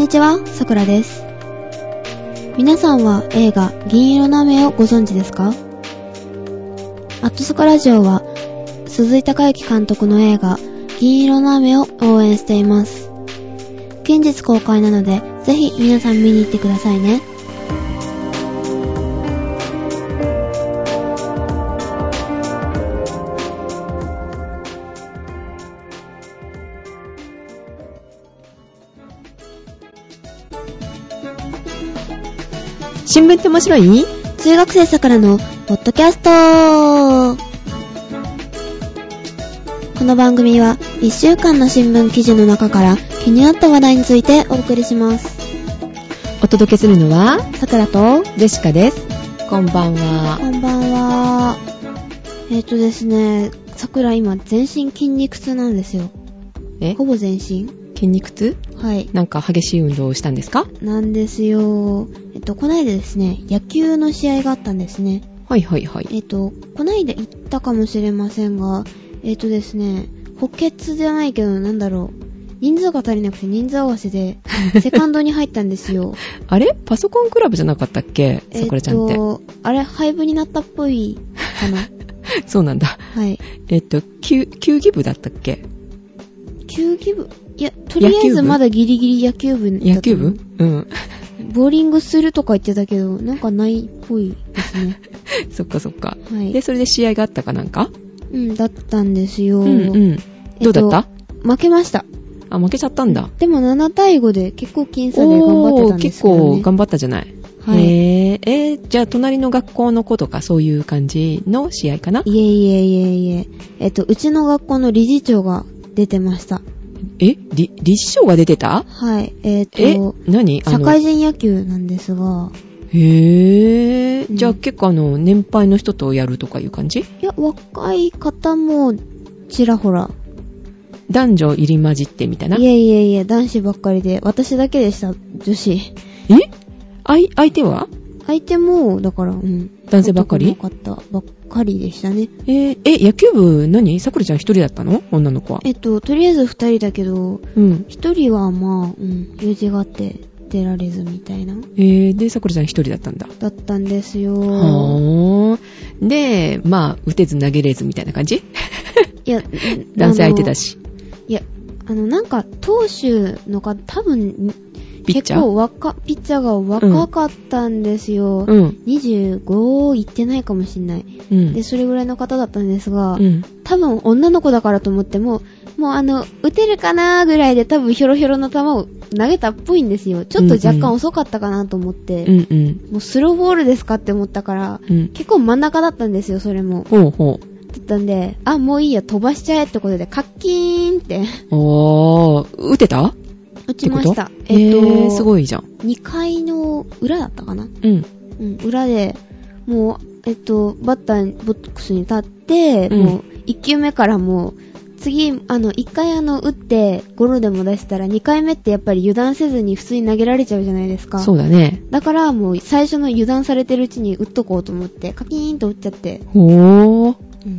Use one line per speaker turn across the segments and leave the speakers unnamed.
にちは、さくらです。皆さんは映画銀色の雨をご存知ですか？アットスカラジオは鈴井孝之監督の映画銀色の雨を応援しています。近日公開なのでぜひ皆さん見に行ってくださいね。
新聞って面白い？
中学生さくらのポッドキャスト。この番組は1週間の新聞記事の中から気になった話題についてお送りします。
お届けするのは
さくらと
ジェシカです。こんばんは。
こんばんは。ですね、さくら今全身筋肉痛なんですよ。ほぼ全身
筋肉痛？
はい。
なんか激しい運動をしたんですか？
なんですよ。こないだですね、野球の試合があったんですね。
はいはいはい。
こないだ行ったかもしれませんが、ですね、補欠じゃないけど、なんだろう。人数が足りなくて人数合わせで、セカンドに入ったんですよ。
あれ？パソコンクラブじゃなかったっけ？さくらちゃんって。
あれ、廃部になったっぽいかな。
そうなんだ。
はい。
球技部だったっけ？
球技部？いや、とりあえずまだギリギリ野球部だった。
野球部？うん。
ボーリングするとか言ってたけど、なんかないっぽいですね。
そっかそっか。
はい。
で、それで試合があったかなんか？
うん、だったんですよ。
うんうん。どうだった？
負けました。
あ、負けちゃったんだ。
でも7対5で結構僅差で頑張ってたんですけどね。
結構頑張ったじゃない。
はい。
じゃあ隣の学校の子とかそういう感じの試合かな？
いえ。うちの学校の理事長が出てました。
理事長が出てた？
はい。
何？
社会人野球なんですが。
じゃあ結構年配の人とやるとかいう感じ？い
や、若い方もちらほら。
男女入り混じってみたいな？
いえ、男子ばっかりで、私だけでした、女子。
相手は？
相手も、だから、うん。
男性ばっかり？
ばっかりでしたね。
野球部何？さくらちゃん一人だったの？女の子は。
とりあえず二人だけど、
うん。
一人はまあ、用事があって出られずみたいな。
で、さくらちゃん一人だったんだ。
だったんですよ。
で、まあ、打てず投げれずみたいな感じ？
いや、
男性相手だし。
いや、なんか、投手の方、多分、結構ピッチャーが若かったんですよ。
うん。
25いってないかもしんない。
うん。
で、それぐらいの方だったんですが、
うん。
多分女の子だからと思っても打てるかなーぐらいで多分ヒョロヒョロの球を投げたっぽいんですよ。ちょっと若干遅かったかなと思って、
うんうん。
もうスローボールですかって思ったから、
うん、
結構真ん中だったんですよ、それも。
ほうほう。
だったんで、もういいや、飛ばしちゃえってことで、カッキーンって。
打てた？
打ちました。
すごいじゃん。
2階の裏だったかな？
うん。
うん、裏で、もう、バッターボックスに立って、もう、1球目からもう、次、1回打って、ゴロでも出したら、2回目ってやっぱり油断せずに普通に投げられちゃうじゃないですか。
そうだね。
だからもう、最初の油断されてるうちに打っとこうと思って、カキーンと打っちゃって。
ほー。うん。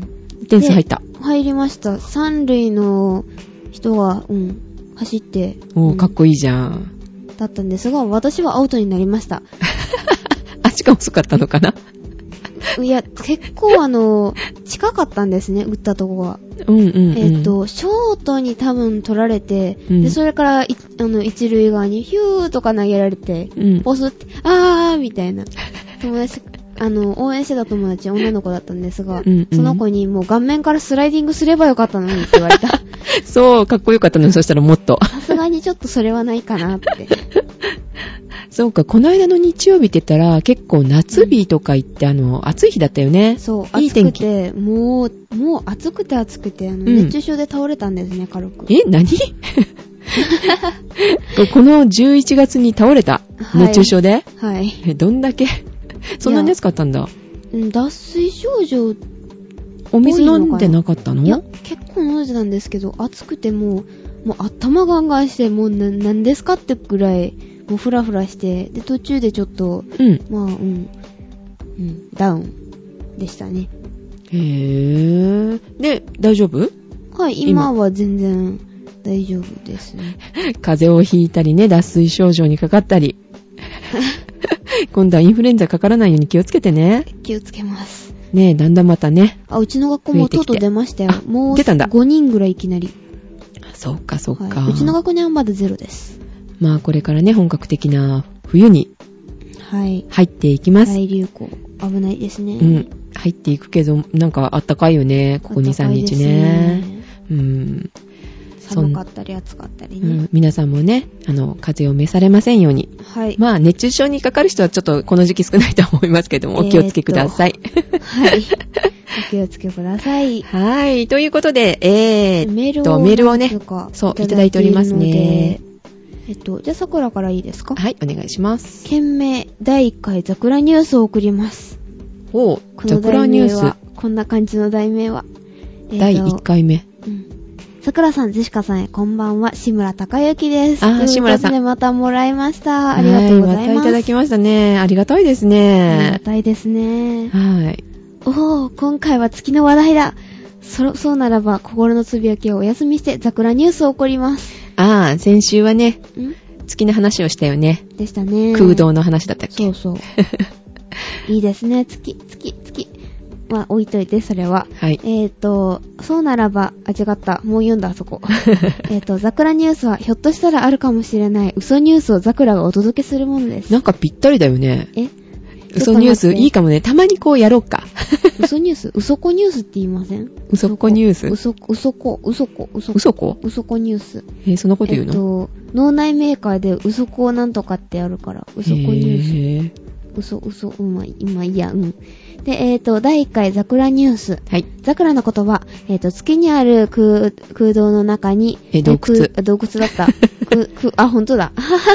点数入った。
入りました。三塁の人が、走って。
かっこいいじゃん。
だったんですが、私はアウトになりました。
足が遅かったのかな？
いや、結構近かったんですね、打ったとこが。ショートに多分取られて、で、それから、一塁側にヒューとか投げられて、ポスって、みたいな。友達、応援してた友達、女の子だったんですが、その子にもう顔面からスライディングすればよかったのにって言われた。
そう、かっこよかったのに、そしたらもっと。
さすがにちょっとそれはないかなって。
そうか、この間の日曜日って言ったら、結構夏日とか言って、暑い日だったよね。
そう、いい天気。暑くて、もう暑くて、熱中症で倒れたんですね、軽く。
何この11月に倒れた、熱中症で？
はい。
どんだけそんなに暑かったんだ。
脱水症状。
お水飲んでなかったの？
いや、結構飲んでたんですけど、暑くてもう頭ガンガンして、もう何ですかってくらい、もうフラフラして、で、途中でちょっと、ダウンでしたね。
へー。で、大丈夫？
はい、今は全然大大丈夫ですね。
風邪をひいたりね、脱水症状にかかったり。今度はインフルエンザかからないように気をつけてね。
気をつけます。
ねえ、だんだんまたね。
うちの学校もとうとう出ましたよ。もう
出たんだ。
5人ぐらいいきなり。
そうか、そうか、
はい。うちの学年はまだゼロです。
まあこれからね、本格的な冬に入っていきます。
大流行。危ないですね。
うん。入っていくけど、なんかあったかいよね、ここ2、3日ね。うん。
寒かったり暑かったりね。
うん、皆さんもね、風邪を召されませんように。
はい。
まあ、熱中症にかかる人はちょっとこの時期少ないと思いますけども、お気をつけください。
はい。お気をつけください。
はい。ということで、
メールをね、
そう、いただいておりますね。
じゃあ、桜からいいですか？
はい、お願いします。
件名、第1回桜ニュースを送ります。
この桜ニュース。
こんな感じの題名は。
第1回目。
うん。桜さん、ジェシカさんへ、こんばんは、志村隆之です。
志村さん。
でまたもらいました。ありがとうございます。
またいただきましたね。ありがたいですね。
ありがたいですね。
はい。
今回は月の話題だ。そうならば、心のつぶやきをお休みして、桜ニュースを送ります。
先週はね、月の話をしたよね。
でしたね。
空洞の話だったっけ？
そうそう。いいですね、月。まあ、置いといて、それは。
はい。
そうならば、違った。もう読んだ、あそこ。桜ニュースは、ひょっとしたらあるかもしれない、嘘ニュースを桜がお届けするものです。
なんかぴったりだよね。嘘ニュース、いいかもね。たまにこうやろうか。
嘘ニュース嘘子ニュースって言いません？
嘘子ニュース
嘘子ニュース。
そんなこと言うの？
脳内メーカーで嘘子なんとかってあるから、嘘子ニュース。今いや、うん。で、第1回桜ニュース。
はい。
桜の言葉。月にある空洞の中に、
洞窟
だった。ほんとだ。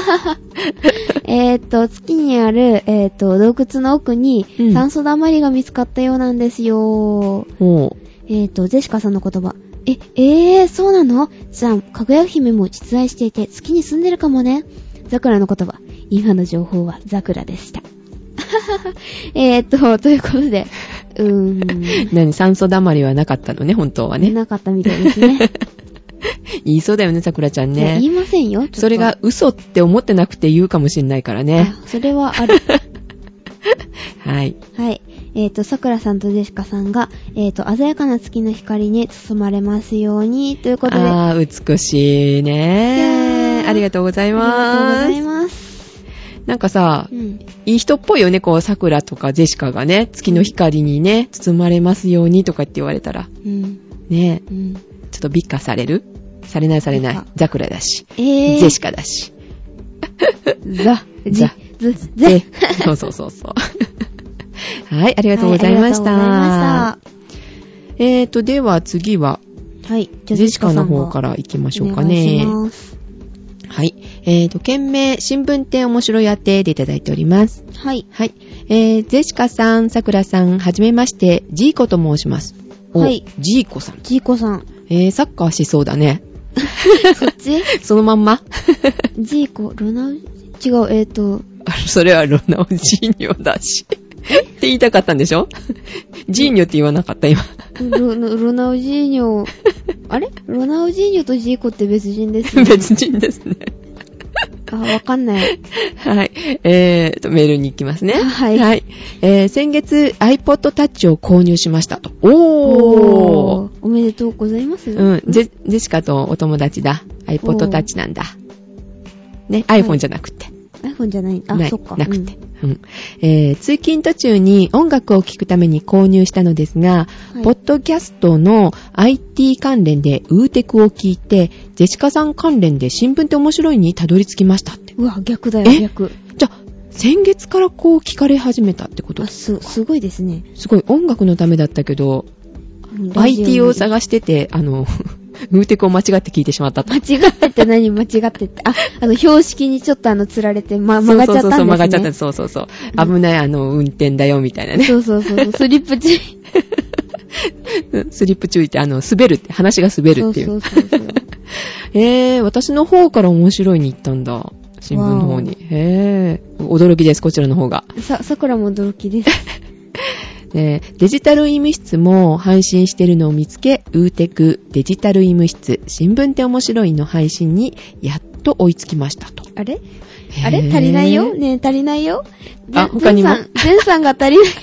月にある、洞窟の奥に、酸素だまりが見つかったようなんですよ。ジェシカさんの言葉。そうなの？じゃあ、かぐや姫も実在していて、月に住んでるかもね。桜の言葉。今の情報は桜でした。ということで、
酸素だまりはなかったのね、本当はね。
なかったみたいですね。
言いそうだよね、桜ちゃんね。
言いませんよ。
それが嘘って思ってなくて言うかもしんないからね。
それはある。
はい。
はい。桜さんとジェシカさんが、鮮やかな月の光に包まれますように、ということで。
美しいね。ありがとうございます。
ありがとうございます。
なんかさ、いい人っぽいよね、こう、桜とかジェシカがね、月の光にね、包まれますようにとかって言われたら。ねえ、ちょっと美化される？されない。桜だし。ジェシカだし。そう。はい、ありがとうございました。では次は、
はい、
ジェシカの方から行きましょうかね。はい。件名、新聞って面白いあてでいただいております。
はい。
はい。ジェシカさん、さくらさん、はじめまして、ジーコと申します。
はい。
ジーコさん。
サ
ッカーしそうだね。
そっち？
そのまんま
ジーコ、違う、
それはロナウジーニョだし。って言いたかったんでしょ？ジーニョって言わなかった、今。
ロナウジーニョ。あれ？ロナウジーニョとジーコって別人ですね。
別人ですね。
わかんない。
はい。メールに行きますね。
はい。
はい。先月 iPod Touch を購入しましたと。お
めでとうございます。
ジェシカとお友達だ。iPod Touch なんだ。ね、iPhone じゃなくて。
iPhone じゃない。そっか。
なくて。通勤途中に音楽を聴くために購入したのですが、ポッドキャストの IT 関連でウーテクを聞いて、ジェシカさん関連で新聞って面白いにたどり着きましたって。
うわ、逆だよ、逆。
じゃあ、先月からこう聞かれ始めたってこと
ですか？すごいですね。
すごい、音楽のためだったけど、IT を探してて、ウーテクを間違って聞いてしまったと。
間違ってって何？間違ってって。標識にちょっと釣られて、曲がっちゃったんですね。
曲がっちゃった。そう。危ない運転だよ、みたいなね。
そう。スリップ注意。
スリップ注意って、滑るって、話が滑るっていう。
そう。
私の方から面白いに行ったんだ。新聞の方に。驚きです、こちらの方が。
桜も驚きです。
デジタル医務室も配信してるのを見つけ、ウーテクデジタル医務室新聞って面白いの配信にやっと追いつきましたと。
あれ足りないよねえ、足りないよ。
他にも
ゼンさんが足りない。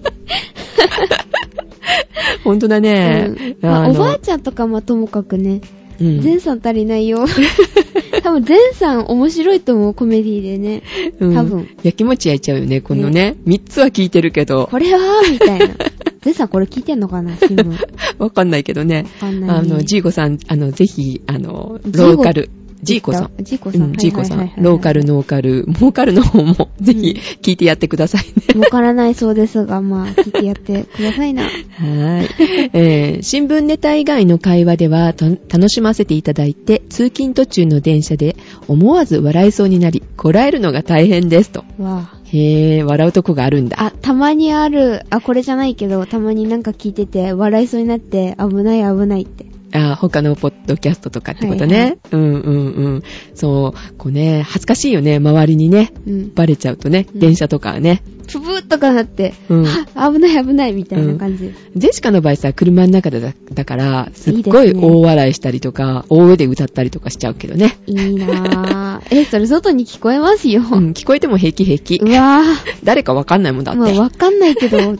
ほんとだね。
おばあちゃんとかもともかくね、ゼンさん足りないよ。多分ゼンさん面白いと思う、コメディでね。多分。
やきもち焼いちゃうよね、このね。3つは聞いてるけど。
これはみたいな。ゼンさんこれ聞いてんのかな、新聞。
わかんないけどね。
わかんないね。
ジーコさん、ぜひ、ローカル。ジーコさん。
ジーコさん。
ジーコさん。ローカル、ノーカル、モーカルの方も、ぜひ、聞いてやってくださいね。
儲からないそうですが、まあ、聞いてやってくださいな。
はい。新聞ネタ以外の会話では、楽しませていただいて、通勤途中の電車で、思わず笑いそうになり、こらえるのが大変ですと。
わぁ。
笑うとこがあるんだ。
たまにある。これじゃないけど、たまになんか聞いてて、笑いそうになって、危ない危ないって。
他のポッドキャストとかってことね。はいはい、そう、こうね、恥ずかしいよね、周りにね。バレちゃうとね、電車とかはね。
プブーとかなって、危ない危ないみたいな感じ。
ジェシカの場合さ、車の中だから、すっごい大笑いしたりとか、大声で歌ったりとかしちゃうけどね。
いいなぁ。それ外に聞こえますよ。
聞こえても平気。う
わぁ。
誰かわかんないもんだって。
まあわかんないけど、はい 、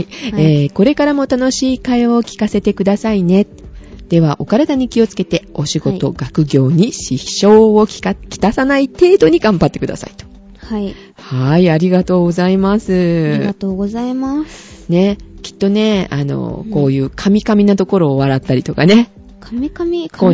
これからも楽しい会話を聞かせてくださいね。では、お体に気をつけて、お仕事、学業に支障をきたさない程度に頑張ってくださいと。
はい。
はい、ありがとうございます。
ありがとうございます。
ね、きっとね、こういうカミカミなところを笑ったりとかね。
カミカミもう、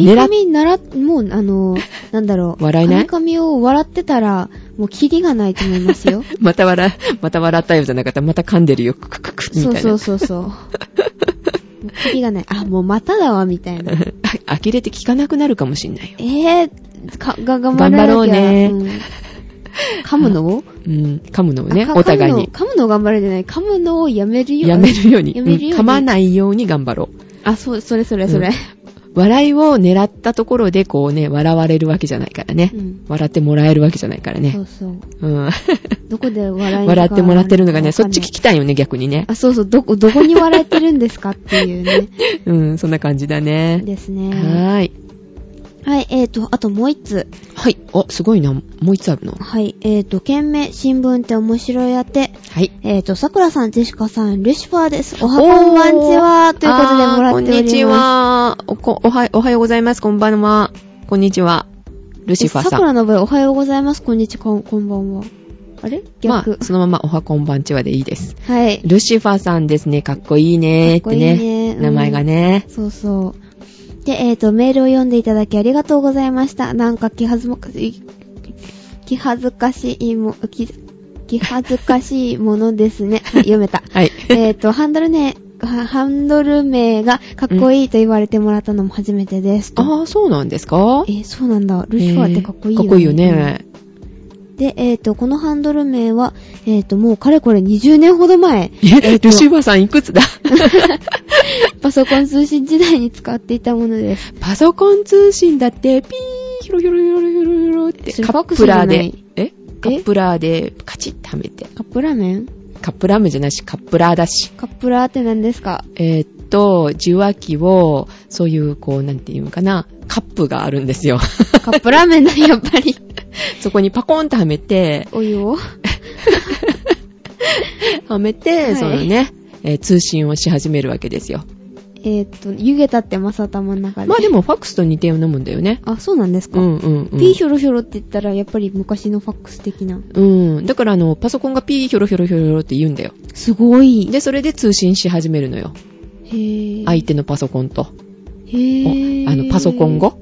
なんだろう。
笑えない？
カミカミを笑ってたら、もうキリがないと思いますよ。
また笑ったよじゃなかったら、また噛んでるよ、ククククみたいな。
そう。キリがない。もうまただわ、みたいな。
呆れて聞かなくなるかもしんないよ。
頑張ろうね。噛むのを
噛むのをね、お互いに。
噛むのを頑張るじゃない。噛むのをやめるように。
噛まないように頑張ろう。
それ。
笑いを狙ったところでこうね、笑われるわけじゃないからね。笑ってもらえるわけじゃないからね。
そう。
どこで笑ってもらってるのがね、そっち聞きたいよね、逆にね。
そう、どこに笑えてるんですかっていうね。
そんな感じだね。
ですね。
はい。
はい、あともう一つ。
はい。すごいな。もう一つあるの。
はい。件名、新聞って面白い宛て。
はい。
さくらさん、ジェシカさん、ルシファーです。おはこんばんちは。ということでもらっております。
こんにちは。おはようございます。こんばんは。こんにちは。ルシファーさん。
さくらの場合、おはようございます。こんにちは。こんばんは。あれ逆。
そのままおはこんばんちはでいいです。
はい。
ルシファーさんですね。かっこいいねーってね。名前がね。
そう。で、メールを読んでいただきありがとうございました。なんか気恥ずかしいものですね。読めた。
はい。
ハンドル名がかっこいいと言われてもらったのも初めてです。
そうなんですか？
そうなんだ。ルシファーってかっこいいよね。
かっこいいよね。
で、このハンドル名は、もうかれこれ20年ほど前。
ルシファーさんいくつだ？
パソコン通信時代に使っていたものです。
パソコン通信だって、ピー、ヒロってカップラーで、カップラーでカチッとはめて。
カップラーメン？
カップラーメンじゃないし、カップラーだし。
カップラーって何ですか？
受話器を、そういう、こう、なんていうのかな、カップがあるんですよ。
カップラーメンだ、やっぱり。
そこにパコーンとはめて、
お湯を
はめて、そのね、通信をし始めるわけですよ。
湯気たってます頭の中で。
でもファックスと似てるもんだよね。
そうなんですか。ピーヒョロヒョロって言ったらやっぱり昔のファックス的な。
だからパソコンがピーヒョロヒョロヒョロって言うんだよ。
すごい。
で、それで通信し始めるのよ。相手のパソコンと。パソコン語。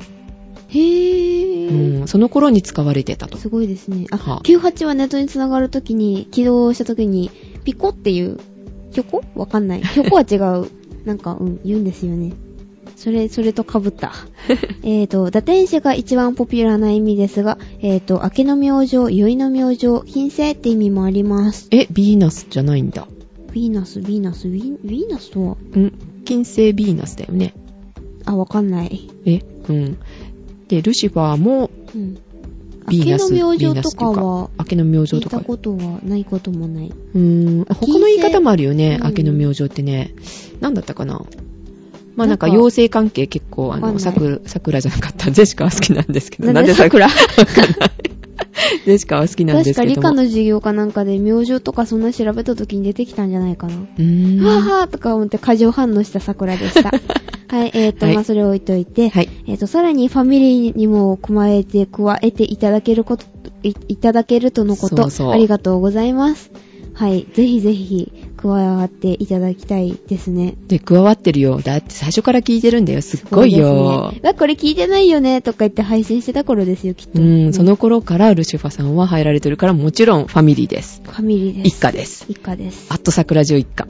その頃に使われてたと。
すごいですね。98はネットにつながるときに、起動したときに、ピコっていう、ひょこ？わかんない。ひょこは違う。なんか、言うんですよね。それと被った。打天使が一番ポピュラーな意味ですが、明けの明星、宵の明星、金星って意味もあります。
ビーナスじゃないんだ。
ビーナスとは？
金星ビーナスだよね。
わかんない。
で、ルシファーも、 ビーナス。
明けの明星とかは、
明けの明星とか。
聞いたことはないこともない。
他の言い方もあるよね、明けの明星ってね。なんだったかな。まあなんか妖精関係結構、桜じゃなかった。ジェシカは好きなんですけど。
なんで桜
ジェシカは好きなんですけど。
確か理科の授業かなんかで明星とかそんな調べた時に出てきたんじゃないかな。はぁはぁとか思って過剰反応した桜でした。はい、はい、まあそれを置いといて、はい、さらにファミリーにも加えていただけるとのこと、ありがとうございます。はい、ぜひぜひ加わっていただきたいですね。
で、加わってるよ。だって最初から聞いてるんだよ。すっごいよ。
ね、これ聞いてないよねとか言って配信してた頃ですよ、きっと。
その頃からルシファさんは入られてるから、もちろんファミリーです。
ファミリーです。
一家です。
一家です。
桜城一家。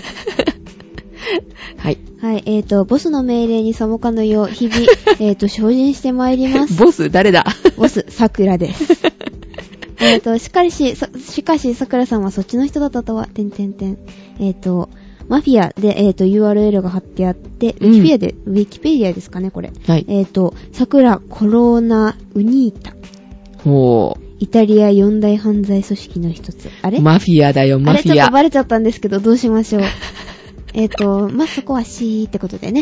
はい。
はい、ボスの命令に背かぬよう、日々、精進してまいります。
ボス、誰だ？
ボス、桜です。しかし、桜さんはそっちの人だったとは、マフィアで、URL が貼ってあって、ウィキペディアですかね、これ。はい。桜コロナウニータ。ほう。イタリア四大犯罪組織の一つ。あれ？
マフィアだよ、マフィア。
あれちょっとバレちゃったんですけど、どうしましょう。まあ、そこは C ってことでね。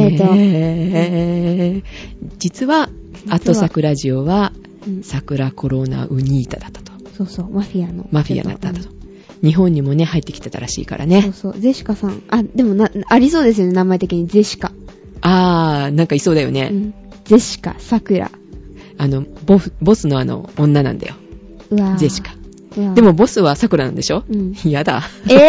実は、桜ジオは、桜コロナウニータだったと。
そうそう、マフィア
だったと。日本にもね、入ってきてたらしいからね。
そうそう、ゼシカさん。でもありそうですよね、名前的に。ゼシカ。
なんかいそうだよね。
ゼシカ、桜。
ボスの女なんだよ。
うわ
ゼシカ。でもボスは桜なんでしょ？やだ。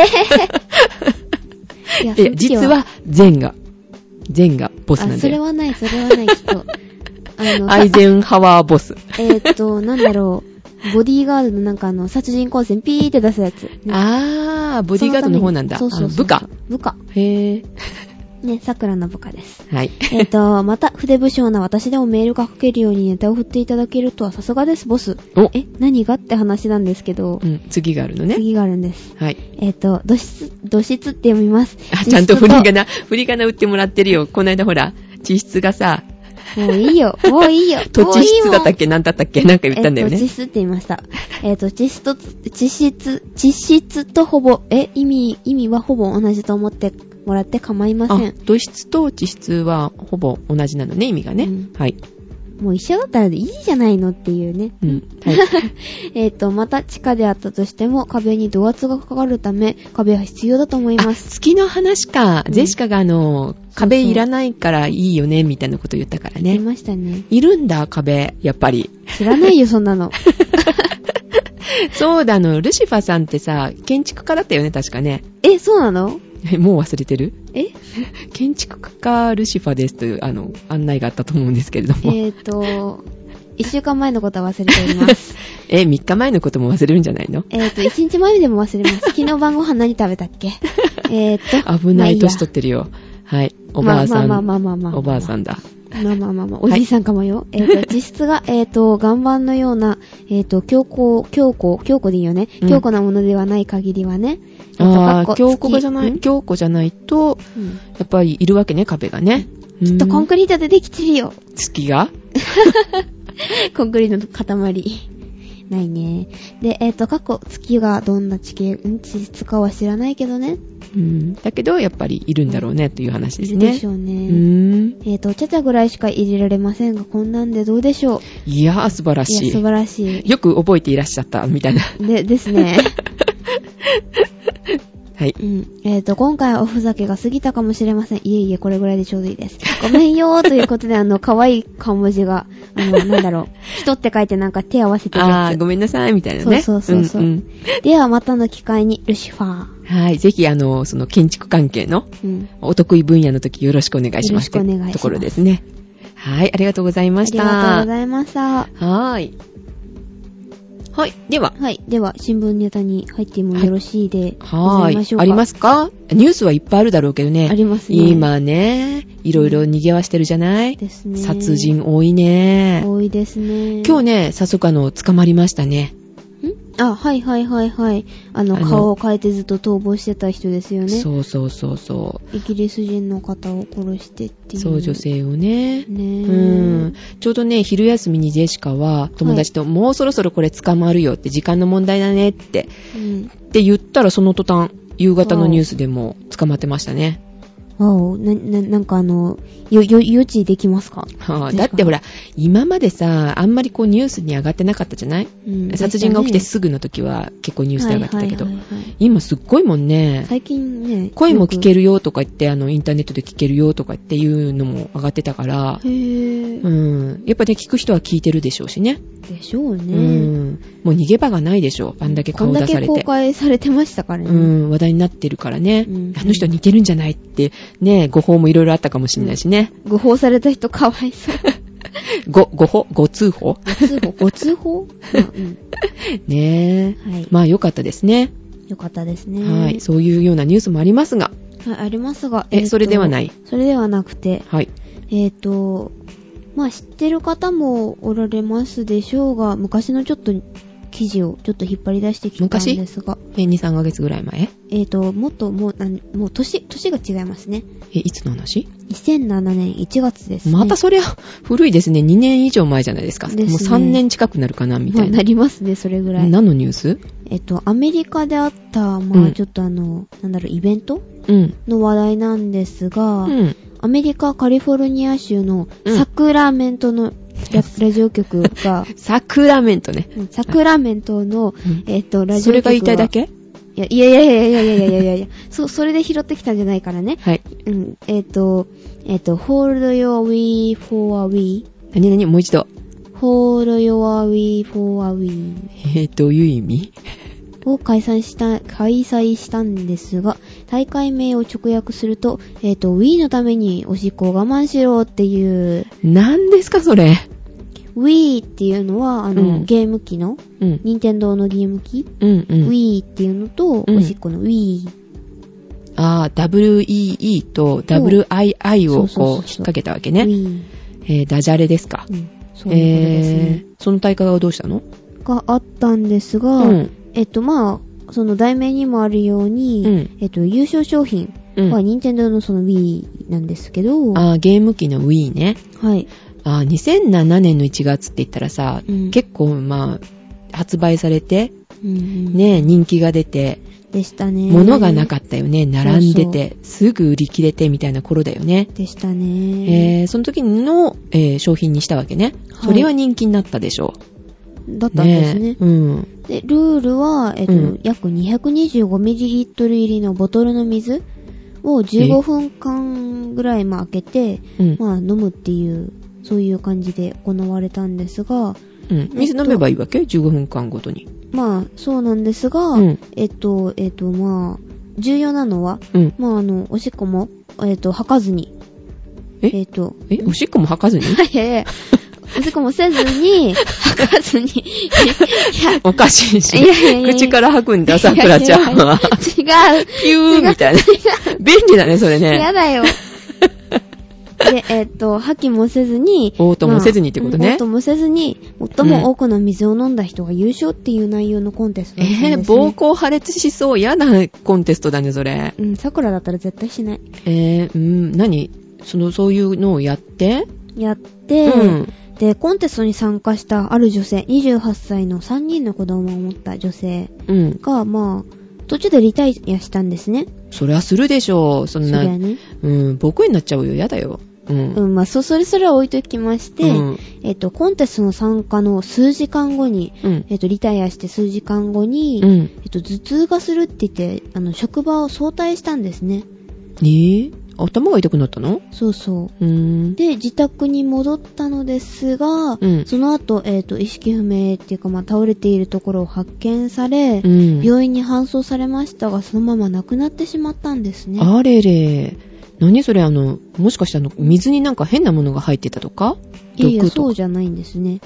実はゼンがボスなんだよ。
それはない、きっと。
アイゼンハワーボス。
なんだろう。ボディーガードのなんか殺人光線ピーって出すやつ。
ボディーガードの方なんだ。
そうそう。
部下。へぇー。
ね、桜の部下です。
はい。
また、筆不詳な私でもメールが書けるようにネタを振っていただけるとはさすがです、ボス。何がって話なんですけど。
次があるのね。
次があるんです。
はい。
土質って読みます。
ちゃんと振り仮名打ってもらってるよ。この間ほら、地質がさ、
もういいよ。
土地質だったっけなんだったっけなんか言ったんだよね。
地質って言いました。地質とほぼ、意味はほぼ同じと思ってもらって構いません。
土質と地質はほぼ同じなのね、意味がね。はい。
もう一緒だったらいいじゃないのっていうね。はい。また地下であったとしても壁にド圧がかかるため壁は必要だと思います。
月の話か。ジェシカが壁いらないからいいよねみたいなこと言ったからね。
言いましたね。
いるんだ壁やっぱり。
知らないよそんなの。
そうだルシファさんってさ建築家だったよね確かね。
そうなの？
もう忘れてる？建築家ルシファですという案内があったと思うんですけれども。
1週間前のことは忘れております。
3日前のことも忘れるんじゃないの
？1日前でも忘れます。昨日晩ご飯何食べたっけ？
危ない年取ってるよ。はい。おばあさん。おばあさんだ。
おじいさんかもよ。実質が、岩盤のような、強固でいいよね。強固なものではない限りはね。
強固じゃないと、やっぱりいるわけね、壁がね。
きっとコンクリートでできてるよ。
月が
コンクリートの塊。ないね。で、月がどんな地質かは知らないけどね。
だけど、やっぱりいるんだろうね、という話ですね。
いるでしょうね。ちゃちゃぐらいしか入れられませんが、こんなんでどうでしょう。
いやー、素晴らしい。
素晴らしい。
よく覚えていらっしゃった、みたいな。
ですね。
はい。
今回はおふざけが過ぎたかもしれません。いえ、これぐらいでちょうどいいです。ごめんよーということで、可愛い顔文字が、なんだろう。人って書いてなんか手合わせてるやつ。
ごめんなさい、みたいなね。
そう。では、またの機会に、ルシファー。
はい。ぜひ、その建築関係の、お得意分野の時よろしくお願いします。
よろしくお願いします。
ところですね。はい。ありがとうございました。
ありがとうございました。
はい。はい。では、
新聞ネタに入ってもよろしいでございましょうか。
ありますか？ニュースはいっぱいあるだろうけどね。
ありますね。
今ね、いろいろ賑わしてるじゃない？
ですね。
殺人多いね。
多いですね。
今日ね、早速捕まりましたね。
あ、はいはいはいはい。顔を変えてずっと逃亡してた人ですよね。
そうそうそうそう。
イギリス人の方を殺してっていう。
そう、女性をね。
ね
ちょうどね、昼休みにジェシカは友達と、もうそろそろこれ捕まるよって時間の問題だねって、って言ったらその途端、夕方のニュースでも捕まってましたね。
なんか予知できますか？
だってほら、今までさ、あんまりこうニュースに上がってなかったじゃない？殺人が起きてすぐの時は結構ニュースで上がってたけど、今すっごいもんね。
最近ね。
声も聞けるよとか言って、インターネットで聞けるよとかっていうのも上がってたから、やっぱね、聞く人は聞いてるでしょうしね。
でしょうね。
もう逃げ場がないでしょう。あんだけ顔出されて。
こんだけ公開されてましたからね。
話題になってるからね。あの人似てるんじゃないって、ね、誤報もいろいろあったかもしれないしね。
誤報された人かわいそう。
ご通報ねえ。はい、まあ良かったですね。
良かったですね。
はい。そういうようなニュースもありますが。
はい、ありますが。
それではない。
それではなくて。
はい。
まあ知ってる方もおられますでしょうが、昔のちょっと記事をちょっと引っ張り出してきたんですが。
2、3ヶ月ぐらい前？
もう年が違いますね。
いつの話？
2007 年1月ですね。
またそりゃ古いですね。2年以上前じゃないですか。ですね、もう3年近くなるかなみたいな。
なりますね、それぐらい。
何のニュース？
アメリカであった、ちょっとイベント、の話題なんですが、アメリカカリフォルニア州のサクラメントのラジオ局が、
サクラメントね。
サクラメントの、ラジオ局は。
それが言いたいだけ？
いや。それで拾ってきたんじゃないからね。
はい。
hold your wee for a wee。
何もう一度。
hold your wee for a wee。
どういう意味？
を開催したんですが、大会名を直訳すると、Wii のためにおしっこを我慢しろっていう。
何ですかそれ？
Wii っていうのは、ゲーム機の、任天堂のゲーム機、Wii っていうのと、おしっこの Wii。
WEE と WII をこう引っ掛けたわけね。ダジャレですか。
そういうことですね。
その大会はどうしたの？
があったんですが、その題名にもあるように、優勝商品は任天堂のその Wii なんですけど、
ゲーム機の Wii ね。
はい。
2007年の1月って言ったらさ、結構発売されて、ね、人気が出て、
でしたね。
物がなかったよね。並んでて、すぐ売り切れてみたいな頃だよね。
でしたね。
その時の、商品にしたわけね。それは人気になったでしょう。
だったんですね。で、ルールは、約 225ml 入りのボトルの水を15分間ぐらい開けて、飲むっていう、そういう感じで行われたんですが、
水飲めばいいわけ？15分間ごとに。
そうなんですが、重要なのは、おしっこも、吐かずに。
おしっこも吐かずに？
おしっこもせずに、吐かずに。
おかしいし。口から吐くんだ、さくらちゃんは。
違う。
ピューみたいな。便利だね、それね。
やだよ。で、吐きもせずに、
嘔吐もせずにってことね。
嘔吐もせずに、最も多くの水を飲んだ人が優勝っていう内容のコンテストだったんですね。
膀胱破裂しそう。嫌なコンテストだね、それ。
桜だったら絶対しない。
何？そういうのをやって、
で、コンテストに参加したある女性、28歳の3人の子供を持った女性が、途中でリタイアしたんですね。
それはするでしょう。そんな。そうだよね。膀胱になっちゃうよ。やだよ。
それは置いときまして、コンテストの参加の数時間後に、リタイアして数時間後に、頭痛がするって言って、職場を早退したんですね。
頭が痛くなったの？
そうそう。で、自宅に戻ったのですが、その後、意識不明っていうか、倒れているところを発見され、病院に搬送されましたが、そのまま亡くなってしまったんですね。
あれれ。何それ、もしかして水になんか変なものが入ってたとか？
いや、そうじゃないんですね。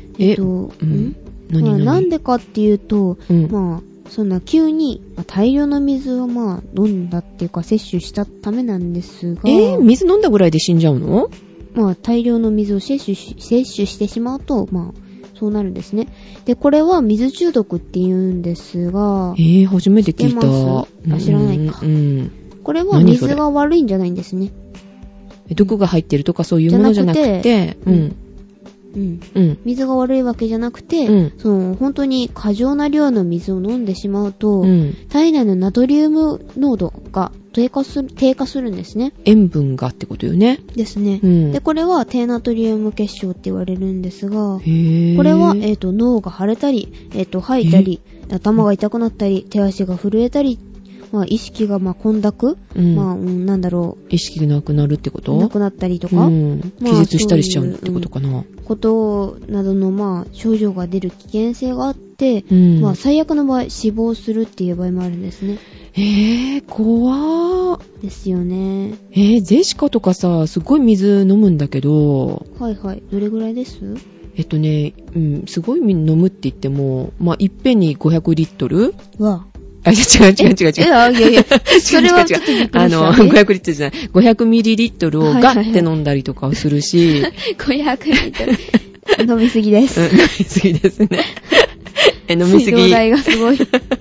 なんでかっていうと、そんな急に大量の水を飲んだっていうか摂取したためなんですが、
水飲んだぐらいで死んじゃうの？
大量の水を摂取してしまうと、そそうなるんですね。で、これは水中毒って言うんですが。
初めて聞いた。
知らないか。これは水が悪いんじゃないんですね。
毒が入ってるとかそういうものじゃなくて、
水が悪いわけじゃなくて、本当に過剰な量の水を飲んでしまうと、体内のナトリウム濃度が低下するんですね。
塩分がってことよね。
ですね。で、これは低ナトリウム結晶って言われるんですが、これは、脳が腫れたり、吐いたり、頭が痛くなったり、手足が震えたり、意識が混濁、
意識がなくなるってこと？
なくなったりとか、
気絶したりしちゃうってことかな。
ことなどの症状が出る危険性があって、最悪の場合死亡するっていう場合もあるんですね。
怖ー。
ですよね。
ジェシカとかさ、すごい水飲むんだけど。
はいはい。どれぐらいです？
すごい飲むって言っても、いっぺんに500リットル
わ。
違う。
いや、それはちょっとびっくりしたね。
500リットルじゃない。500ミリリットルをガッて飲んだりとかをするし。
500リットル。飲みすぎです。
飲みすぎですね。飲みすぎ。
水道代がすごい。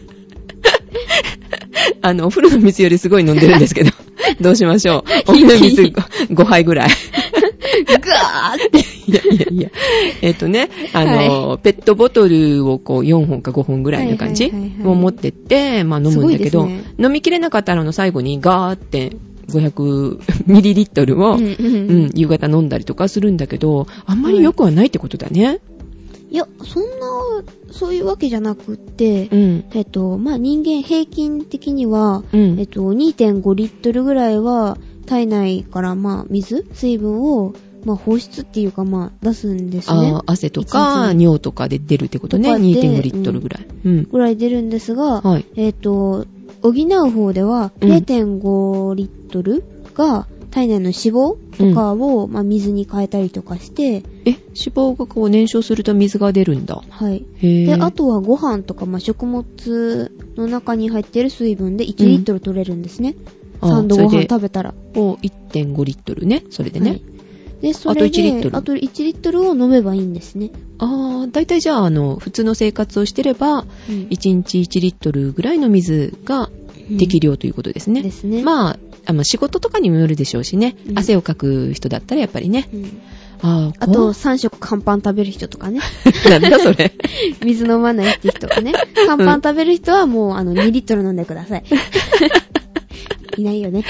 お風呂の水よりすごい飲んでるんですけど。どうしましょう。お風呂の水5杯ぐらい。
ガーって。
いや。ペットボトルを4本か5本ぐらいの感じを持ってって、飲むんだけど、飲みきれなかったら最後にガーって500ミリリットルを、夕方飲んだりとかするんだけど、あんまり良くはないってことだね。
いや、そういうわけじゃなくって、人間平均的には、2.5 リットルぐらいは体内から水分を放出っていうか出すんですね。
汗とか尿とかで出るってことね。2.5 リットルぐらい。
ぐらい出るんですが、補う方では 0.5 リットルが体内の脂肪とかを、水に変えたりとかして、
脂肪が燃焼すると水が出るんだ。
はい。で、あとはご飯とか、食物の中に入っている水分で1リットル取れるんですね。3度ご飯食べたら。
1.5 リットルね。それでね。はい、
で、それで、あと1リットルを飲めばいいんですね。
だいたいじゃあ、普通の生活をしてれば、1日1リットルぐらいの水が適量ということですね。
ですね。
仕事とかにもよるでしょうしね。汗をかく人だったらやっぱりね。
あと3食乾パン食べる人とかね。
なんだそれ。
水飲まないって人がね。乾パン食べる人はもう2リットル飲んでください。いないよね。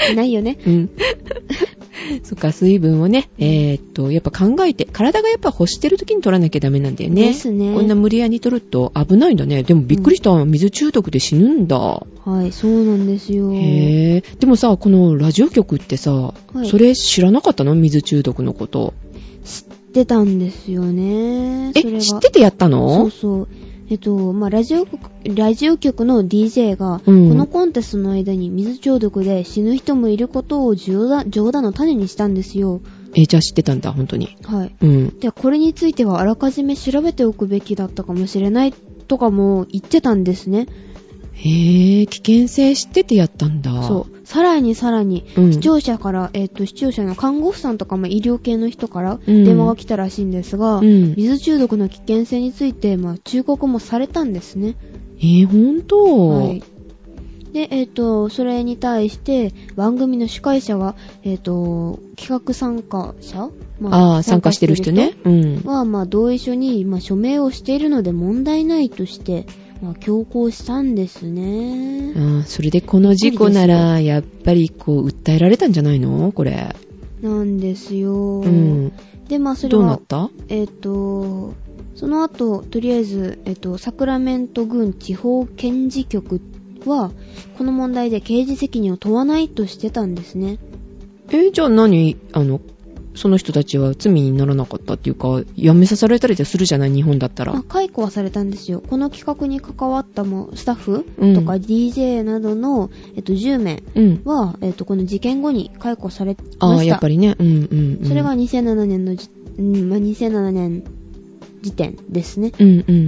そっか、水分をね、やっぱ考えて、体がやっぱ欲してる時に取らなきゃダメなんだよね。
ですね。
こんな無理やり取ると危ないんだね。でもびっくりした。水中毒で死ぬんだ。は
い、そうなんですよ。
でもさ、このラジオ局ってさ、それ知らなかったの？水中毒のこと。
知ってたんですよね。
知っててやったの？
そう。ラジオ局の DJ が、このコンテストの間に水中毒で死ぬ人もいることを冗談の種にしたんですよ。
じゃあ知ってたんだ、本当に。
はい。で、これについてはあらかじめ調べておくべきだったかもしれないとかも言ってたんですね。
危険性知っててやったんだ。
そう。さらに、視聴者から、視聴者の看護婦さんとか、医療系の人から電話が来たらしいんですが、水中毒の危険性について、忠告もされたんですね。
本当？
はい。で、それに対して、番組の司会者は、企画参加者
参加してる人ね。
は、同意書に、署名をしているので問題ないとして、強行したんですね。
それでこの事故ならやっぱり訴えられたんじゃないの？これ
なんですよ。でそれは
どうなった？
その後とりあえずサクラメント郡地方検事局はこの問題で刑事責任を問わないとしてたんですね。
じゃあ何その人たちは罪にならなかったっていうか、辞めさせられたりするじゃない、日本だったら。
解雇はされたんですよ。この企画に関わったスタッフとか DJ などの、10名は、この事件後に解雇されました。
やっぱりね。
それが2007年の2007年時点ですね。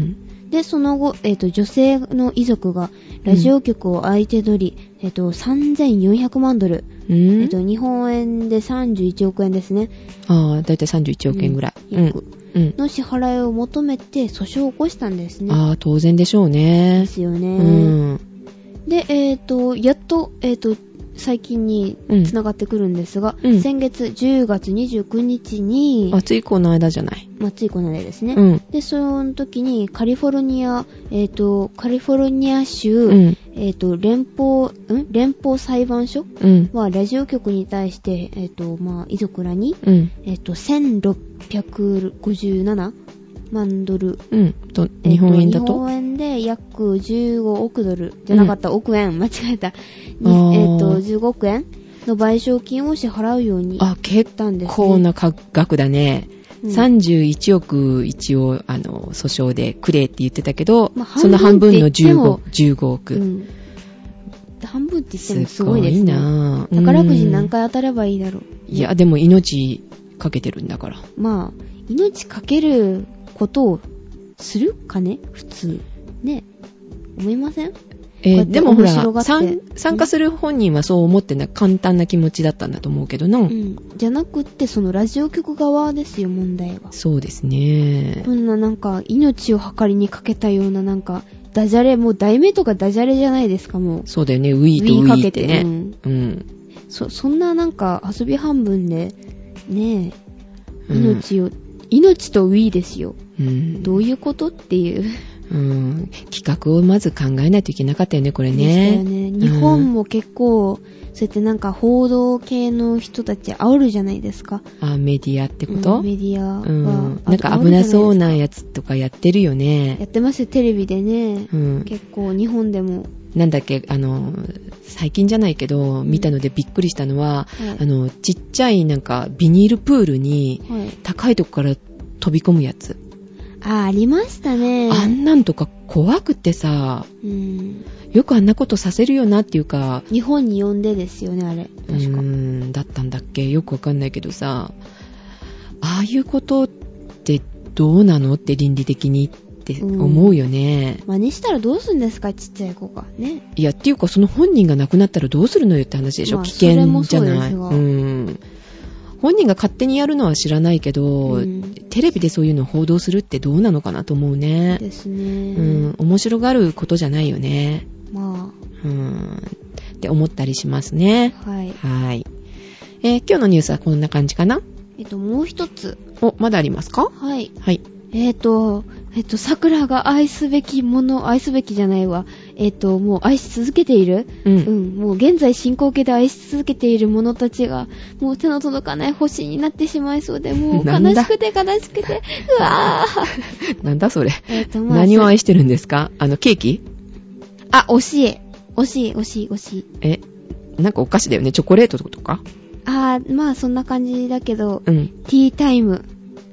で、その後、女性の遺族がラジオ局を相手取り、$3400万。日本円で31億円ですね。
ああ、だいたい31億円ぐらい。
の支払いを求めて訴訟を起こしたんですね。
ああ、当然でしょうね。
ですよね。で、やっと、最近に繋がってくるんですが、先月10月29日に、
ついこの間じゃない。
ついこの間ですね。で、その時にカリフォルニア州、連邦裁判所はラジオ局に対して、遺族らに、$1657万。
日本円だと
日本円で約$15億じゃなかった、億円、間違えた。15億円の賠償金を支払うように言ったんですね。
結構な額だね。31億一応、訴訟でくれって言ってたけど、その半分の15億。
半分って言ってもすごいですね。
すごいな。
宝くじ何回当たればいいだろう。
いや、でも命かけてるんだから。
命かけることをするかね普通。ね。思いません？
でもほら、参加する本人はそう思ってない簡単な気持ちだったんだと思うけどな。
じゃなくって、そのラジオ局側ですよ、問題は。
そうですね。
こんな命を計りにかけたようなダジャレ、もう題名とかダジャレじゃないですか、もう。
そうだよね、ウィーとウィーってね。
そんな遊び半分で、ねえ、命とウィーですよ。どういうことっていう。
企画をまず考えないといけなかったよね、これね。
でしたよね。日本も結構、そうやって報道系の人たち煽るじゃないですか。
メディアってこと？
メディアは。
危なそうなやつとかやってるよね。
やってますよ、テレビでね。結構日本でも。
なんだっけ、最近じゃないけど、見たのでびっくりしたのは、ちっちゃいビニールプールに、高いとこから飛び込むやつ。
ありましたね。
あんなんとか怖くてさ、よくあんなことさせるよなっていうか。
日本に呼んでですよね、あれ。確か。
だったんだっけ、よくわかんないけどさ、ああいうことってどうなのって倫理的にって思うよね。
真似したらどうするんですか、ちっちゃい子がね。
いや、っていうかその本人が亡くなったらどうするのよって話でしょ。危険じゃない。本人が勝手にやるのは知らないけど、テレビでそういうのを報道するってどうなのかなと思うね。
ですね。
面白がることじゃないよね。って思ったりしますね。
はい。
今日のニュースはこんな感じかな。
もう一つ。
まだありますか？
はい。桜が愛すべきじゃないわ。もう愛し続けている、もう現在進行形で愛し続けている者たちが、もう手の届かない星になってしまいそうで、もう悲しくて、うわ
ー。なんだそれ。何を愛してるんですか？ケーキ？
惜しい。
なんかお菓子だよね。チョコレートとか？
そんな感じだけど、ティータイム。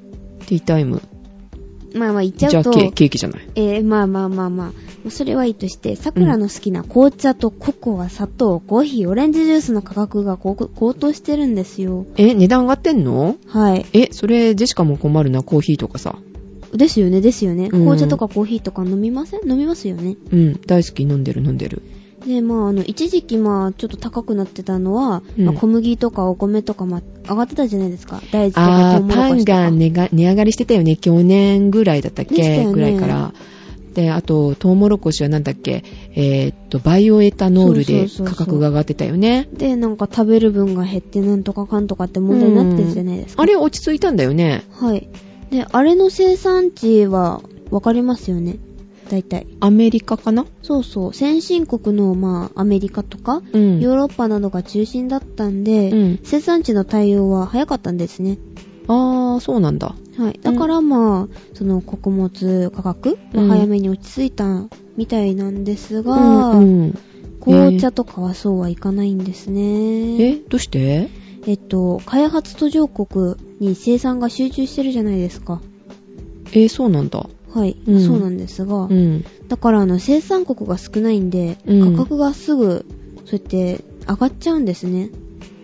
言っちゃうと。
じゃあケーキじゃない。
それはいいとして、桜の好きな紅茶とココア、砂糖、コーヒー、オレンジジュースの価格が高騰してるんですよ。
値段上がってんの？
はい。
それジェシカも困るな、コーヒーとかさ。
ですよね。紅茶とかコーヒーとか飲みますよね。
大好き、飲んでる。
で、一時期ちょっと高くなってたのは、小麦とかお米とか上がってたじゃないですか。大豆とかトウモロコシとか。
パンが値上がりしてたよね。去年ぐらいだったっけ？ぐらいから。で、あと、トウモロコシはなんだっけ？バイオエタノールで価格が上がってたよね。
で、食べる分が減ってなんとかかんとかって問題になってるじゃないですか。
あれ落ち着いたんだよね。
はい。で、あれの生産地はわかりますよね。大体。
アメリカかな？
そう。先進国のアメリカとか、ヨーロッパなどが中心だったんで、生産地の対応は早かったんですね。
そうなんだ。
はい。だからその穀物価格は早めに落ち着いたみたいなんですが、紅茶とかはそうはいかないんですね。
どうして？
開発途上国に生産が集中してるじゃないですか。
そうなんだ。
はい、そうなんですが、だから生産国が少ないんで、価格がすぐそうやって上がっちゃうんですね。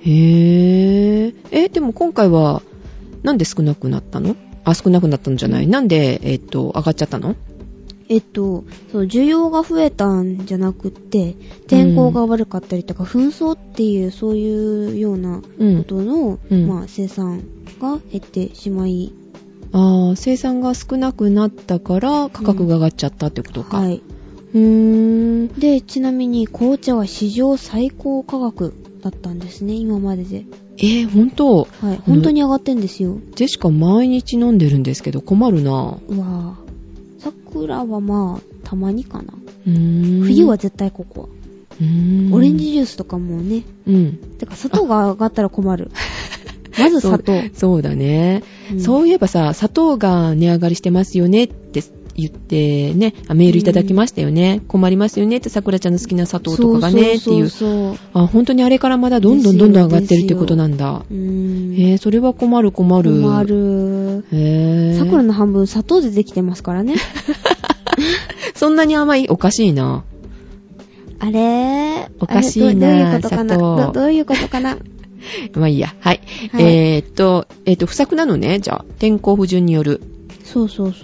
でも今回はなんで少なくなったの？少なくなったんじゃない。なんで上がっちゃったの？
そう需要が増えたんじゃなくって、天候が悪かったりとか、紛争っていうそういうようなことの、まあ生産が減ってしまい、
生産が少なくなったから価格が上がっちゃったってことか。はい。
で、ちなみに紅茶は史上最高価格だったんですね、今までで。
本当？
はい、本当に上がってんですよ。
ジェシカ毎日飲んでるんですけど困るな。
うわぁ。桜はまあ、たまにかな。冬は絶対ココア。オレンジジュースとかもね。てか、砂糖が上がったら困る。まず砂糖。
そうだね、そういえばさ、砂糖が値上がりしてますよねって言ってね、メールいただきましたよね。困りますよねって、桜ちゃんの好きな砂糖とかがねっていう。本当にあれからまだどんどん上がってるってことなんだ。それは困る。困る。
桜の半分砂糖でできてますからね。
そんなに甘い？おかしいな。
あれ
おかしいな。
どういうことかな。
まあいいや。はい。不作なのね。じゃあ、天候不順による。
そう。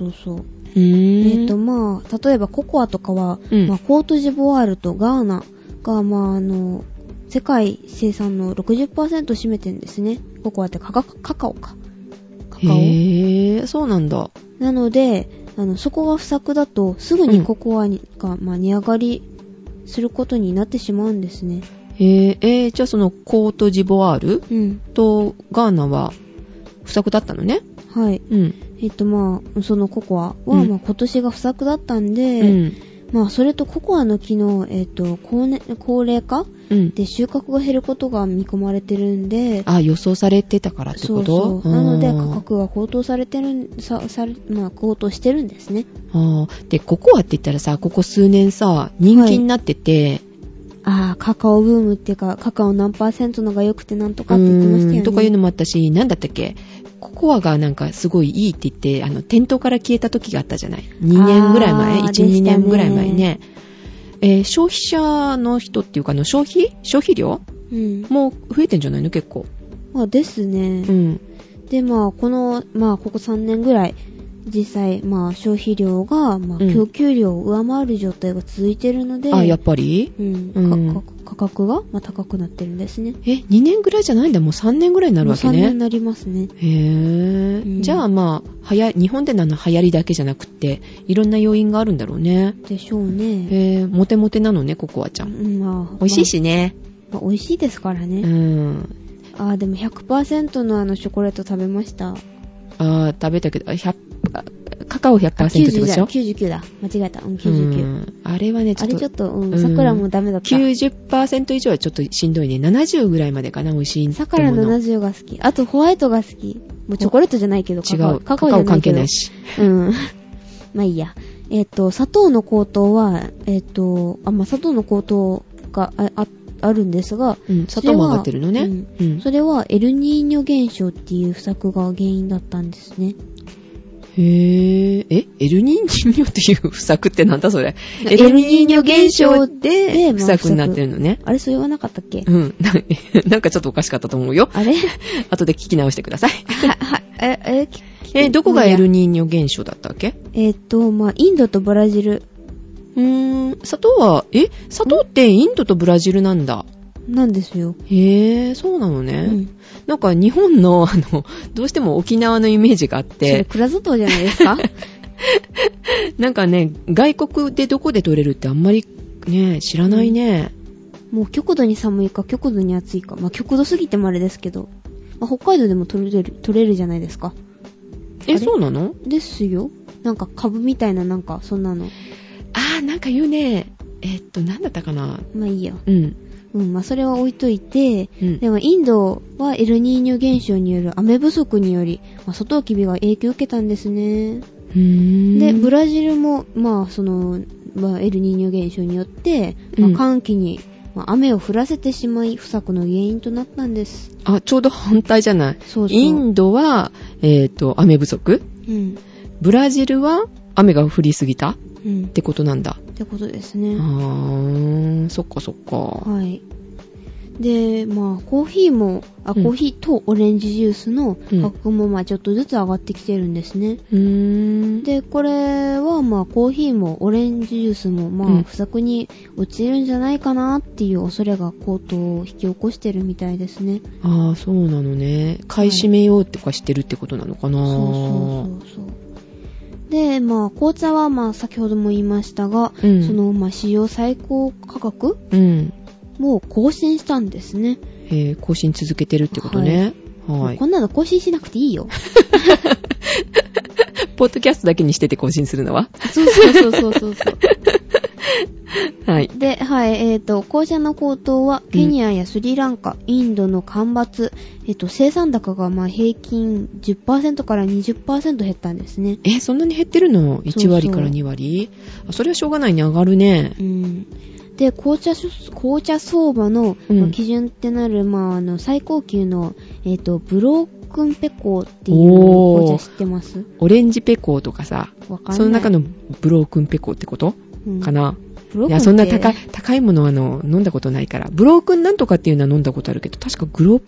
まあ、例えばココアとかは、まあ、コートジボワールとガーナが、まあ、世界生産の 60% 占めてるんですね。ココアってカカオか。カカオ。
そうなんだ。
なので、そこが不作だと、すぐにココアが、まあ、値上がりすることになってしまうんですね。
じゃあそのコートジボワール、とガーナは不作だったのね。
はい。まあ、そのココアは、まあ、今年が不作だったんで、まあ、それとココアの木の、高齢化、で収穫が減ることが見込まれてるんで。
予想されてたからってこと？
そう。なので、価格が高騰されてる、まあ、高騰してるんですね。
で、ココアって言ったらさ、ここ数年さ、人気になってて、
カカオブームっていうか、カカオ何%のが良くてなんとかって言ってましたよね。
とかいうのもあったし、なんだったっけ？ココアがなんかすごいいいって言って、店頭から消えた時があったじゃない？ 2 年ぐらい前？ 1、2年ぐらい前ね。消費者の人っていうか、消費量、もう増えてんじゃないの結構。
ですね。で、まあ、ここ3年ぐらい、実際、まあ、消費量が、まあ、供給量を上回る状態が続いているので、
やっぱり、
価格が、まあ、高くなってるんですね。
2年ぐらいじゃないんだ。もう3年ぐらいになるわけね。
3年になりますね。
じゃあ、まあ、日本での流行りだけじゃなくて、いろんな要因があるんだろうね。
でしょうね。
モテモテなのね、ココアちゃん。美味しいしね。
美味しいですからね。でも 100% のチョコレート食べました。
食べたけど、カカオ 100% ってことでしょ？
99だ。間違えた。99。
あれはね、
ちょっと、桜もダメだった。
90% 以上はちょっとしんどいね。70ぐらいまでかな、美味しい。
桜70が好き。あと、ホワイトが好き。もうチョコレートじゃないけど、
違う。カカオ関係ないし。
まあいいや。砂糖の高騰は、砂糖の高騰があるんですが、
砂糖も上がってるのね。
それはエルニーニョ現象っていう不作が原因だったんですね。
エルニーニョっていう不作ってなんだそれ。エルニーニョ現象で不作になってるのね。
あれ、そう言わなかったっけ？
なんかちょっとおかしかったと思うよ。
あれ
後で聞き直してください。どこがエルニーニョ現象だったっけ？
まあ、インドとブラジル。
砂糖ってインドとブラジルなんだ。
なんですよ。
そうなのね。なんか日本の、どうしても沖縄のイメージがあって。
それ蔵砂糖じゃないですか？
なんかね、外国でどこで取れるってあんまりね、知らないね。
もう極度に寒いか極度に暑いか。まあ極度すぎてもあれですけど。まあ、北海道でも取れるじゃないですか。
そうなの？
よ。なんか株みたいななんかそんなの。
なんか言うね。なんだったかな。
まあいいや。まあそれは置いといて、でもインドはエルニーニョ現象による雨不足により、まあ、サトウキビが影響を受けたんですね。で、ブラジルも、まあエルニーニョ現象によって、まあ、寒気に、雨を降らせてしまい不作の原因となったんです。
ちょうど反対じゃない。インドは、雨不足、ブラジルは雨が降りすぎた、ってことなんだ。
ってことですね。
そっかそっか。
はい。 で、まあ、コーヒーとオレンジジュースの価格もまあちょっとずつ上がってきてるんですね。で、これはまあコーヒーもオレンジジュースもまあ不作に落ちるんじゃないかなっていう恐れが高騰を引き起こしてるみたいですね。
ああ、そうなのね。買い占めようとかしてるってことなのかな。
そう。で、まあ紅茶はまあ先ほども言いましたが、そのまあ史上最高価格もう更新したんですね。
更新続けてるってことね。はい。
こんなの更新しなくていいよ。
ポッドキャストだけにしてて更新するのは？
そう。
はい。
で、はい、紅茶の高騰は、ケニアやスリランカ、インドの干ばつ、生産高がまあ平均 10% から 20% 減ったんですね。
そんなに減ってるの？ 1 割から2割？それはしょうがないね、上がるね。
で、紅茶相場の、基準ってなる、まあ、最高級の、ブロークンペコーっていう紅茶知ってます？
オレンジペコーとかさ、
わかんない。
その中のブロークンペコーってこと、かな。
い
や、そんな高いものは飲んだことないから。ブロークンなんとかっていうのは飲んだことあるけど、確かブロー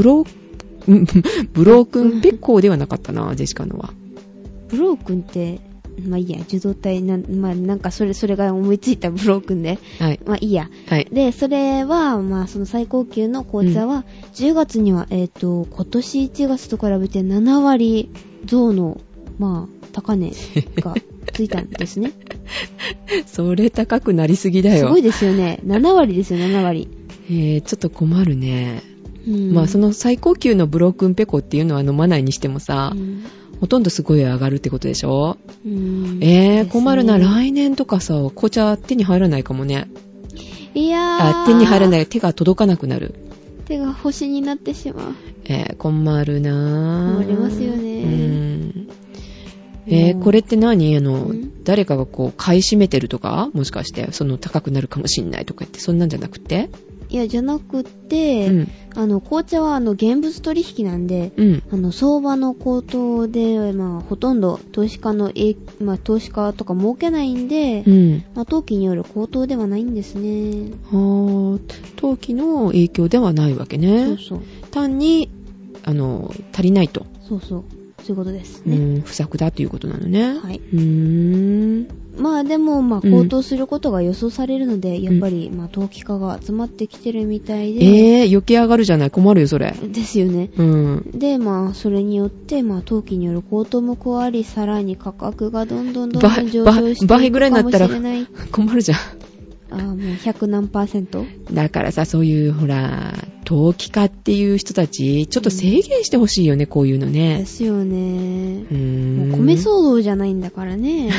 クンペコーではなかったな、ジェシカのは。
ブロークンって、まあいいや、受動体まあなんかそれが思いついたブロークンで。
はい。
まあいいや。
はい。
で、それは、まあその最高級の紅茶は、10月には、今年1月と比べて7割増の、まあ、高値がついたんですね。
それ高くなりすぎだよ。
すごいですよね。7割ですよ、7割。
ちょっと困るね。まあその最高級のブロークンペコっていうのは飲まないにしてもさ、ほとんどすごい上がるってことでしょ？困るな。来年とかさ、紅茶手に入らないかもね。
いやー。
手に入らない。手が届かなくなる。
手が星になってしまう。
困るな。
困りますよね。
これって何？誰かがこう買い占めてるとか？もしかして、その高くなるかもしんないとか言って、そんなんじゃなくて？
いや、じゃなくて、紅茶は現物取引なんで、相場の高騰で、まあ、ほとんど投資家とか儲けないんで、まあ、投機による高騰ではないんですね。
投機の影響ではないわけね。
そう。
単に、足りないと。
そう。そういうことですね。
不作だということなのね。
はい。まあでも、まあ高騰することが予想されるので、やっぱり、まあ投機家が集まってきてるみたいで。
余計上がるじゃない。困るよ、それ。
ですよね。で、まあそれによって、まあ投機による高騰も加わり、さらに価格がどんどん上昇していくかもしれない。
倍ぐらいになったら困るじゃん。
もう100何%？
だからさ、そういう、ほら、投機家っていう人たち、ちょっと制限してほしいよね、こういうのね。
ですよね。もう米騒動じゃないんだからね。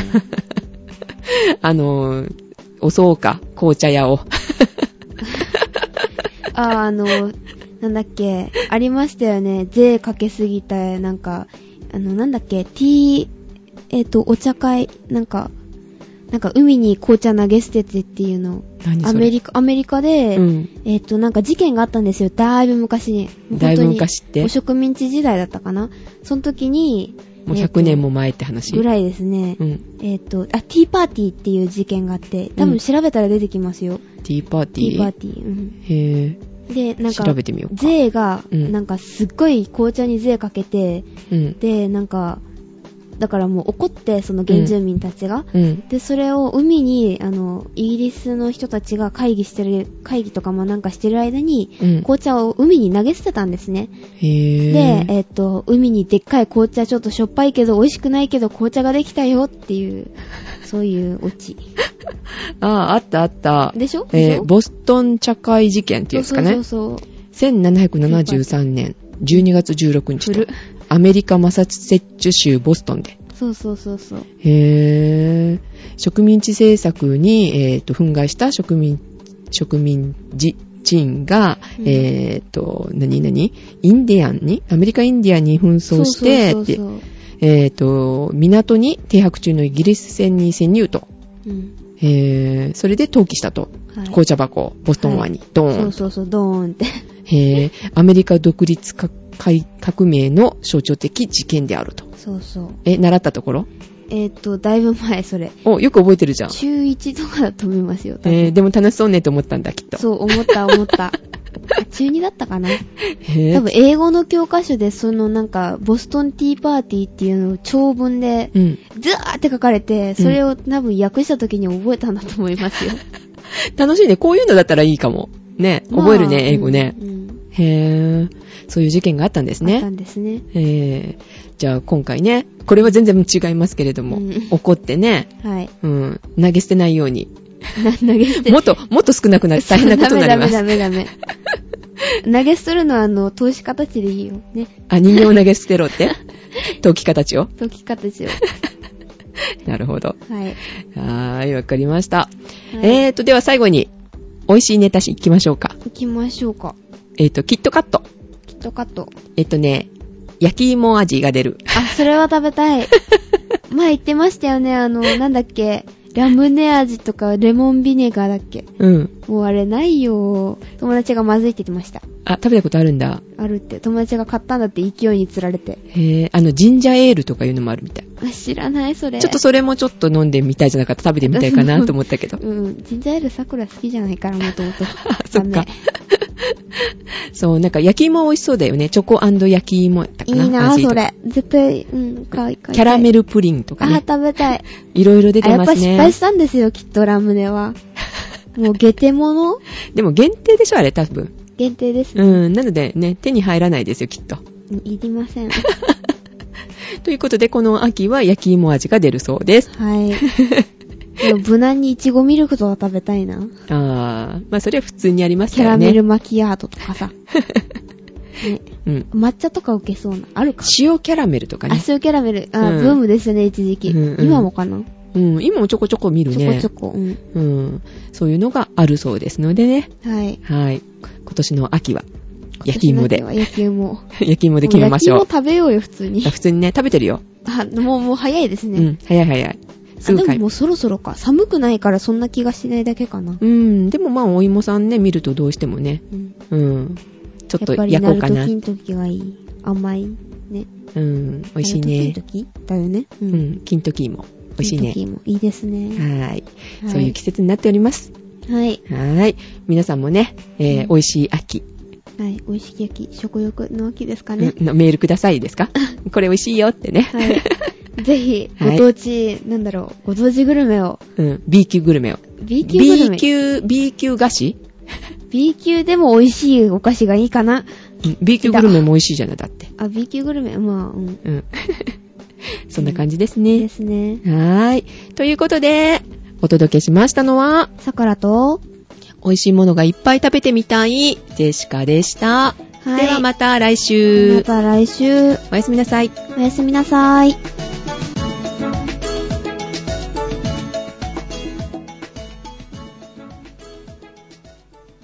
押そうか、紅茶屋を。
なんだっけ、ありましたよね。税かけすぎた、なんか、なんだっけ、お茶会、なんか海に紅茶投げ捨ててっていうの。アメリカで、なんか事件があったんですよ。だいぶ昔に。
だいぶ昔って。
植民地時代だったかな。その時に、
もう100年も前って話。
ぐらいですね。ティーパーティーっていう事件があって、多分調べたら出てきますよ。
ティーパーティー？
ティーパーティー。
へ
ぇ。で、なんか、
調べてみようか。
税が、なんかすっごい紅茶に税かけて、で、なんか、だからもう怒って、その原住民たちが。で、それを海に、イギリスの人たちが会議とかもなんかしてる間に、紅茶を海に投げ捨てたんですね。で、海にでっかい紅茶ちょっとしょっぱいけど美味しくないけど紅茶ができたよっていう、そういうオチ。
あった。
でしょ？
ボストン茶会事件っていうやつかね。
そう。
1773年12月16日と。アメリカマサチュセッツ州ボストンで。
そう。
植民地政策に、憤慨した植民人が、インディアンに、アメリカインディアンに紛争して、港に停泊中のイギリス船に潜入と。それで投棄したと。紅茶箱、ボストン湾に、ドーン。
そう、ドーンって。
アメリカ独立革命の象徴的事件であると。
そう。
習ったところ？
だいぶ前、それ。
よく覚えてるじゃん。
中1とかだと思いますよ。
でも楽しそうねと思ったんだ、きっと。
そう、思った。 中2だったかな。多分英語の教科書でなんか、ボストンティーパーティーっていうのを長文で、ずーって書かれて、それを多分訳した時に覚えたんだと思いますよ。
楽しいね。こういうのだったらいいかも。ね。覚えるね、英語ね。へー。そういう事件があったんですね。
あったんですね。
じゃあ今回ね、これは全然違いますけれども、怒ってね、
はい。
投げ捨てないように。
投げ捨て。
もっと少なくなって大変なことになります。
ダメ。投げ捨てるのは投資家たちでいいよ。ね。
人形を投げ捨てろって投機家たちをなるほど。はい。わかりました。では最後に、美味しいネタし行きましょうか。
キ
ットカット。焼き芋味が出る。
それは食べたい。前言ってましたよね。なんだっけ。ラムネ味とかレモンビネガーだっけ。もうあれないよ。友達がまずいって言ってました。
食べたことあるんだ。
あるって。友達が買ったんだって勢いに釣られて。
ジンジャーエールとかいうのもあるみたい。
知らない、それ。
ちょっとそれもちょっと飲んでみたいじゃなかった。食べてみたいかなと思ったけど。
ジンジャーエール桜好きじゃないから、もともと。
そっか。そう、なんか焼き芋美味しそうだよね。チョコ&焼き芋やったかな。
いいなぁ、それ。絶対、買いたい。
キャラメルプリンとかね。
食べたい。
いろいろ出てますね。
やっぱ失敗したんですよ、きっとラムネは。もうゲテモノ？
でも限定でしょ、あれ多分。
限定ですね。
なのでね、手に入らないですよ、きっと。
いりません。
ということで、この秋は焼き芋味が出るそうです。
はい。でも無難にイチゴミルクとか食べたいな。
それは普通にありますからね。
キャラメルマキアートとかさ。ね。抹茶とか受けそうな。あるか。
塩キャラメルとかね。
塩キャラメル。ブームですね、一時期。今もかな。
今もちょこちょこ見るね。
ちょこ。
そういうのがあるそうですのでね。
はい。
今年の秋は、焼き芋で。
焼き芋
で決めましょう。
焼き芋食べようよ、普通に。
普通にね、食べてるよ。
もう早いですね。
早い。
でももうそろそろか。寒くないからそんな気がしないだけかな。
でもお芋さんね、見るとどうしてもね。ちょっと焼こうかな。
やっぱりなると金時がいい。甘い。ね。
美味しいね。
金時だよね。
金時芋。美味しいね。
金時芋。いいですね。
はい。そういう季節になっております。
はい。
皆さんもね、美味しい秋。
はい。美味しい秋。食欲の秋ですかね。
メールくださいですかこれ美味しいよってね。
はい。ぜひ、ご当地、ご当地グルメを。
B 級グルメを。
B 級グルメ
B 級菓子
?B 級でも美味しいお菓子がいいかな。
B 級グルメも美味しいじゃない、だって。
B 級グルメ
そんな感じですね。
ですね。
ということで、お届けしましたのは、
さくらと、
美味しいものがいっぱい食べてみたい、ジェシカでした。ではまた来週。
おやすみなさい。
おやすみなさい。